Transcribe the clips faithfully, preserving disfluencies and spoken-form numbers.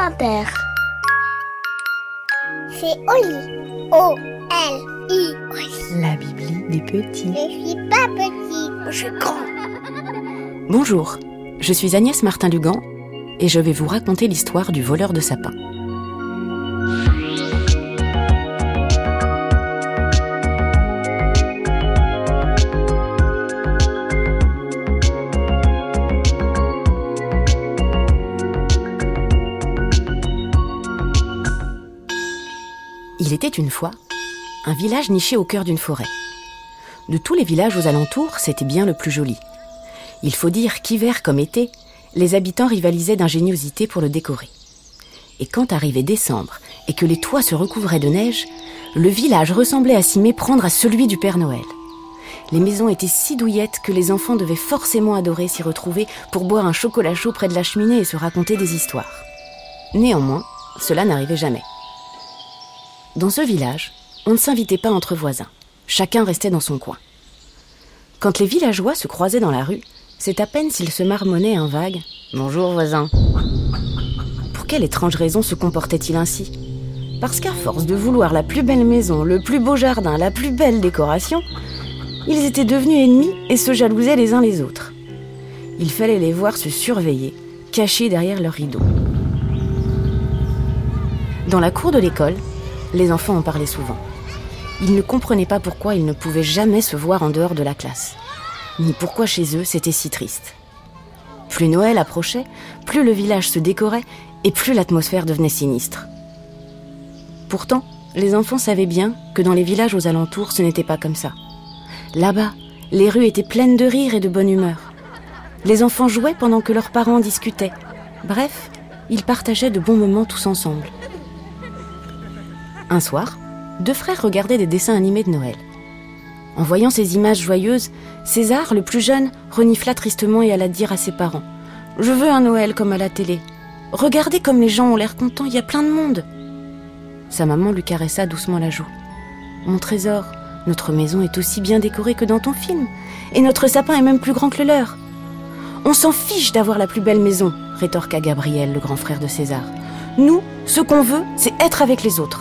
grand-père. C'est Oli. O L I. La Bibli des petits. Je suis pas petit, je suis grand. Bonjour, je suis Agnès Martin-Lugan et je vais vous raconter l'histoire du voleur de sapins. Il était une fois un village niché au cœur d'une forêt. De tous les villages aux alentours, c'était bien le plus joli. Il faut dire qu'hiver comme été, les habitants rivalisaient d'ingéniosité pour le décorer. Et quand arrivait décembre et que les toits se recouvraient de neige, le village ressemblait à s'y méprendre à celui du Père Noël. Les maisons étaient si douillettes que les enfants devaient forcément adorer s'y retrouver pour boire un chocolat chaud près de la cheminée et se raconter des histoires. Néanmoins, cela n'arrivait jamais. Dans ce village, on ne s'invitait pas entre voisins. Chacun restait dans son coin. Quand les villageois se croisaient dans la rue, c'est à peine s'ils se marmonnaient un vague « Bonjour voisin ». Pour quelle étrange raison se comportait-il ainsi ? Parce qu'à force de vouloir la plus belle maison, le plus beau jardin, la plus belle décoration, ils étaient devenus ennemis et se jalousaient les uns les autres. Il fallait les voir se surveiller, cachés derrière leurs rideaux. Dans la cour de l'école, les enfants en parlaient souvent. Ils ne comprenaient pas pourquoi ils ne pouvaient jamais se voir en dehors de la classe, ni pourquoi chez eux c'était si triste. Plus Noël approchait, plus le village se décorait et plus l'atmosphère devenait sinistre. Pourtant, les enfants savaient bien que dans les villages aux alentours, ce n'était pas comme ça. Là-bas, les rues étaient pleines de rire et de bonne humeur. Les enfants jouaient pendant que leurs parents discutaient. Bref, ils partageaient de bons moments tous ensemble. Un soir, deux frères regardaient des dessins animés de Noël. En voyant ces images joyeuses, César, le plus jeune, renifla tristement et alla dire à ses parents « Je veux un Noël comme à la télé. Regardez comme les gens ont l'air contents, il y a plein de monde. » Sa maman lui caressa doucement la joue. « Mon trésor, notre maison est aussi bien décorée que dans ton film, et notre sapin est même plus grand que le leur. »« On s'en fiche d'avoir la plus belle maison, » rétorqua Gabriel, le grand frère de César. « Nous, ce qu'on veut, c'est être avec les autres. »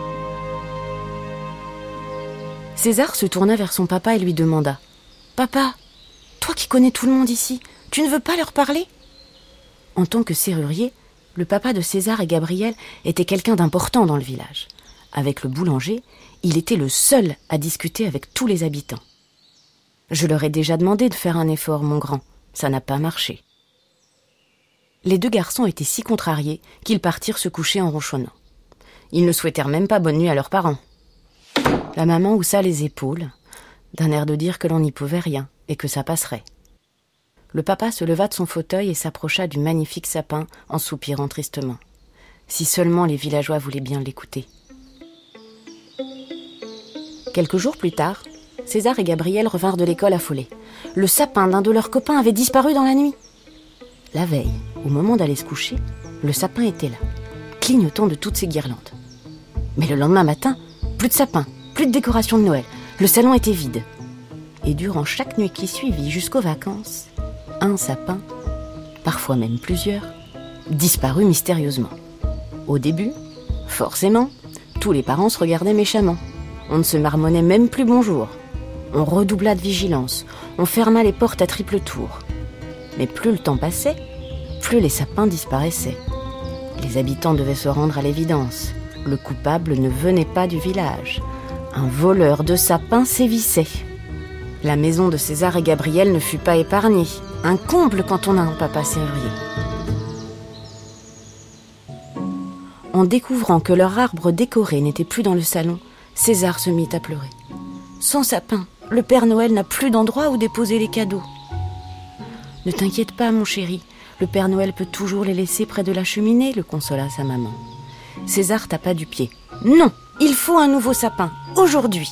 César se tourna vers son papa et lui demanda « Papa, toi qui connais tout le monde ici, tu ne veux pas leur parler ?» En tant que serrurier, le papa de César et Gabriel était quelqu'un d'important dans le village. Avec le boulanger, il était le seul à discuter avec tous les habitants. « Je leur ai déjà demandé de faire un effort, mon grand. Ça n'a pas marché. » Les deux garçons étaient si contrariés qu'ils partirent se coucher en ronchonnant. Ils ne souhaitèrent même pas bonne nuit à leurs parents. La maman haussa les épaules, d'un air de dire que l'on n'y pouvait rien et que ça passerait. Le papa se leva de son fauteuil et s'approcha du magnifique sapin en soupirant tristement. Si seulement les villageois voulaient bien l'écouter. Quelques jours plus tard, César et Gabriel revinrent de l'école affolés. Le sapin d'un de leurs copains avait disparu dans la nuit. La veille, au moment d'aller se coucher, le sapin était là, clignotant de toutes ses guirlandes. Mais le lendemain matin, plus de sapin. Plus de décoration de Noël, le salon était vide. Et durant chaque nuit qui suivit jusqu'aux vacances, un sapin, parfois même plusieurs, disparut mystérieusement. Au début, forcément, tous les parents se regardaient méchamment. On ne se marmonnait même plus bonjour. On redoubla de vigilance, on ferma les portes à triple tour. Mais plus le temps passait, plus les sapins disparaissaient. Les habitants devaient se rendre à l'évidence. Le coupable ne venait pas du village. Un voleur de sapins sévissait. La maison de César et Gabriel ne fut pas épargnée. Un comble quand on a un papa serrurier. En découvrant que leur arbre décoré n'était plus dans le salon, César se mit à pleurer. Sans sapin, le Père Noël n'a plus d'endroit où déposer les cadeaux. Ne t'inquiète pas, mon chéri, le Père Noël peut toujours les laisser près de la cheminée, le consola sa maman. César tapa du pied. Non, il faut un nouveau sapin, aujourd'hui.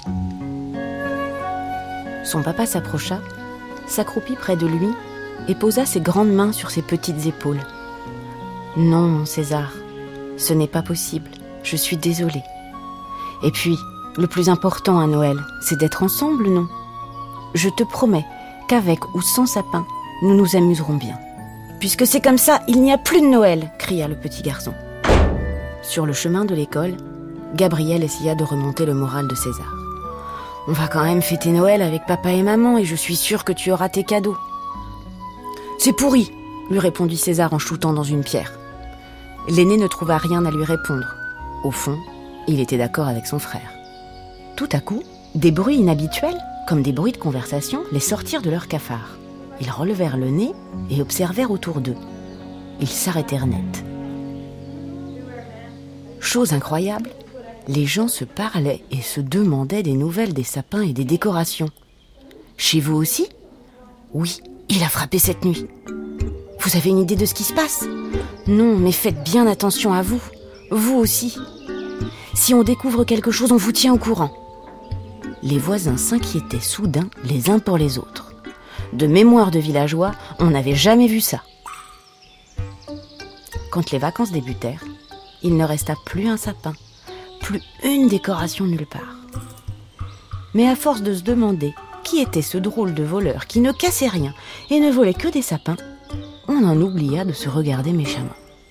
Son papa s'approcha, s'accroupit près de lui et posa ses grandes mains sur ses petites épaules. Non, mon César, ce n'est pas possible, je suis désolée. Et puis, le plus important à Noël, c'est d'être ensemble, non ? Je te promets qu'avec ou sans sapin, nous nous amuserons bien. Puisque c'est comme ça, il n'y a plus de Noël, cria le petit garçon. Sur le chemin de l'école, Gabriel essaya de remonter le moral de César. « On va quand même fêter Noël avec papa et maman et je suis sûre que tu auras tes cadeaux. »« C'est pourri !» lui répondit César en shootant dans une pierre. L'aîné ne trouva rien à lui répondre. Au fond, il était d'accord avec son frère. Tout à coup, des bruits inhabituels, comme des bruits de conversation, les sortirent de leur cafard. Ils relevèrent le nez et observèrent autour d'eux. Ils s'arrêtèrent net. Chose incroyable, les gens se parlaient et se demandaient des nouvelles des sapins et des décorations. « Chez vous aussi ? » ?»« Oui, il a frappé cette nuit. »« Vous avez une idée de ce qui se passe ? » ?»« Non, mais faites bien attention à vous. Vous aussi. Si on découvre quelque chose, on vous tient au courant. » Les voisins s'inquiétaient soudain les uns pour les autres. De mémoire de villageois, on n'avait jamais vu ça. Quand les vacances débutèrent, il ne resta plus un sapin, plus une décoration nulle part. Mais à force de se demander qui était ce drôle de voleur qui ne cassait rien et ne volait que des sapins, on en oublia de se regarder méchamment.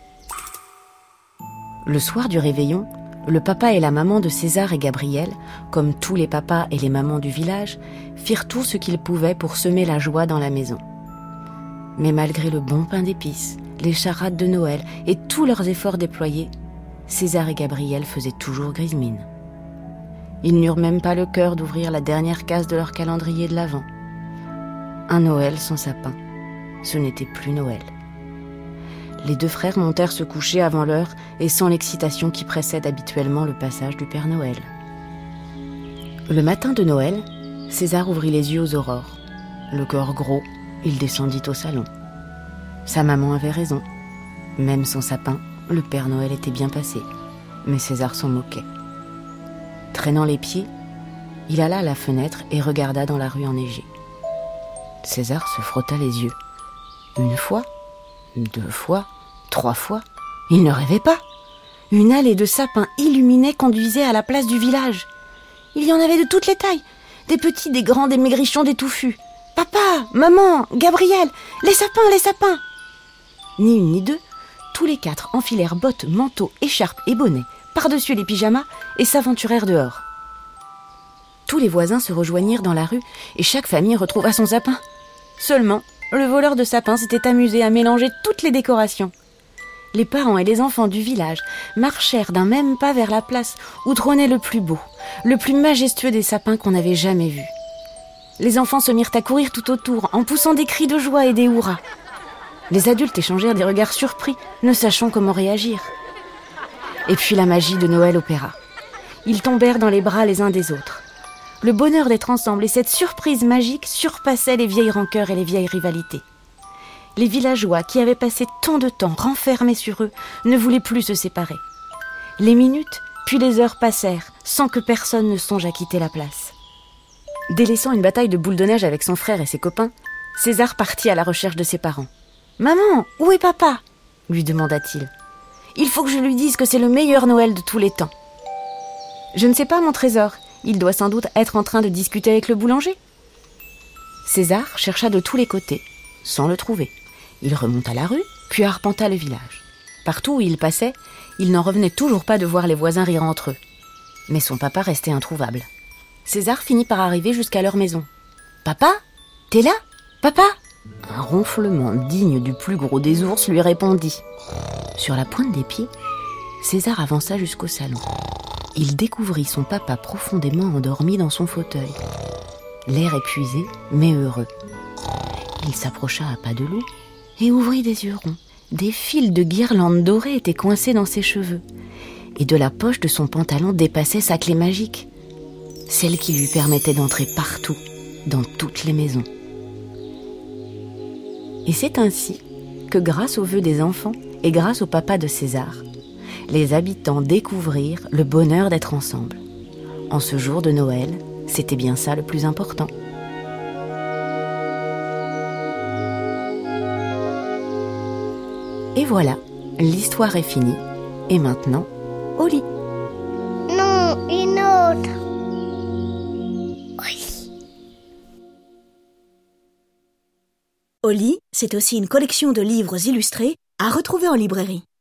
Le soir du réveillon, le papa et la maman de César et Gabriel, comme tous les papas et les mamans du village, firent tout ce qu'ils pouvaient pour semer la joie dans la maison. Mais malgré le bon pain d'épices, les charades de Noël et tous leurs efforts déployés, César et Gabriel faisaient toujours grise mine. Ils n'eurent même pas le cœur d'ouvrir la dernière case de leur calendrier de l'Avent. Un Noël sans sapin, ce n'était plus Noël. Les deux frères montèrent se coucher avant l'heure et sans l'excitation qui précède habituellement le passage du Père Noël. Le matin de Noël, César ouvrit les yeux aux aurores. Le cœur gros, il descendit au salon. Sa maman avait raison. Même sans sapin, le Père Noël était bien passé. Mais César s'en moquait. Traînant les pieds, il alla à la fenêtre et regarda dans la rue enneigée. César se frotta les yeux. Une fois, deux fois, trois fois, il ne rêvait pas. Une allée de sapins illuminés conduisait à la place du village. Il y en avait de toutes les tailles, des petits, des grands, des maigrichons, des touffus. « Papa, maman, Gabriel, les sapins, les sapins !» Ni une ni deux, tous les quatre enfilèrent bottes, manteaux, écharpes et bonnets, par-dessus les pyjamas, et s'aventurèrent dehors. Tous les voisins se rejoignirent dans la rue, et chaque famille retrouva son sapin. Seulement, le voleur de sapins s'était amusé à mélanger toutes les décorations. Les parents et les enfants du village marchèrent d'un même pas vers la place où trônait le plus beau, le plus majestueux des sapins qu'on avait jamais vus. Les enfants se mirent à courir tout autour, en poussant des cris de joie et des hurrahs. Les adultes échangèrent des regards surpris, ne sachant comment réagir. Et puis la magie de Noël opéra. Ils tombèrent dans les bras les uns des autres. Le bonheur d'être ensemble et cette surprise magique surpassaient les vieilles rancœurs et les vieilles rivalités. Les villageois qui avaient passé tant de temps renfermés sur eux ne voulaient plus se séparer. Les minutes, puis les heures passèrent sans que personne ne songe à quitter la place. Délaissant une bataille de boules de neige avec son frère et ses copains, César partit à la recherche de ses parents. « Maman, où est papa ?» lui demanda-t-il. « Il faut que je lui dise que c'est le meilleur Noël de tous les temps. »« Je ne sais pas, mon trésor. Il doit sans doute être en train de discuter avec le boulanger. » César chercha de tous les côtés, sans le trouver. Il remonta la rue, puis arpenta le village. Partout où il passait, il n'en revenait toujours pas de voir les voisins rire entre eux. Mais son papa restait introuvable. César finit par arriver jusqu'à leur maison. « Papa ? T'es là ? Papa ?» Un ronflement digne du plus gros des ours lui répondit. Sur la pointe des pieds, César avança jusqu'au salon. Il découvrit son papa profondément endormi dans son fauteuil. L'air épuisé, mais heureux. Il s'approcha à pas de loup et ouvrit des yeux ronds. Des fils de guirlandes dorées étaient coincés dans ses cheveux. Et de la poche de son pantalon dépassait sa clé magique. Celle qui lui permettait d'entrer partout, dans toutes les maisons. Et c'est ainsi que grâce aux vœux des enfants et grâce au papa de César, les habitants découvrirent le bonheur d'être ensemble. En ce jour de Noël, c'était bien ça le plus important. Et voilà, l'histoire est finie. Et maintenant, au lit. Non, une autre. Au lit, c'est aussi une collection de livres illustrés à retrouver en librairie.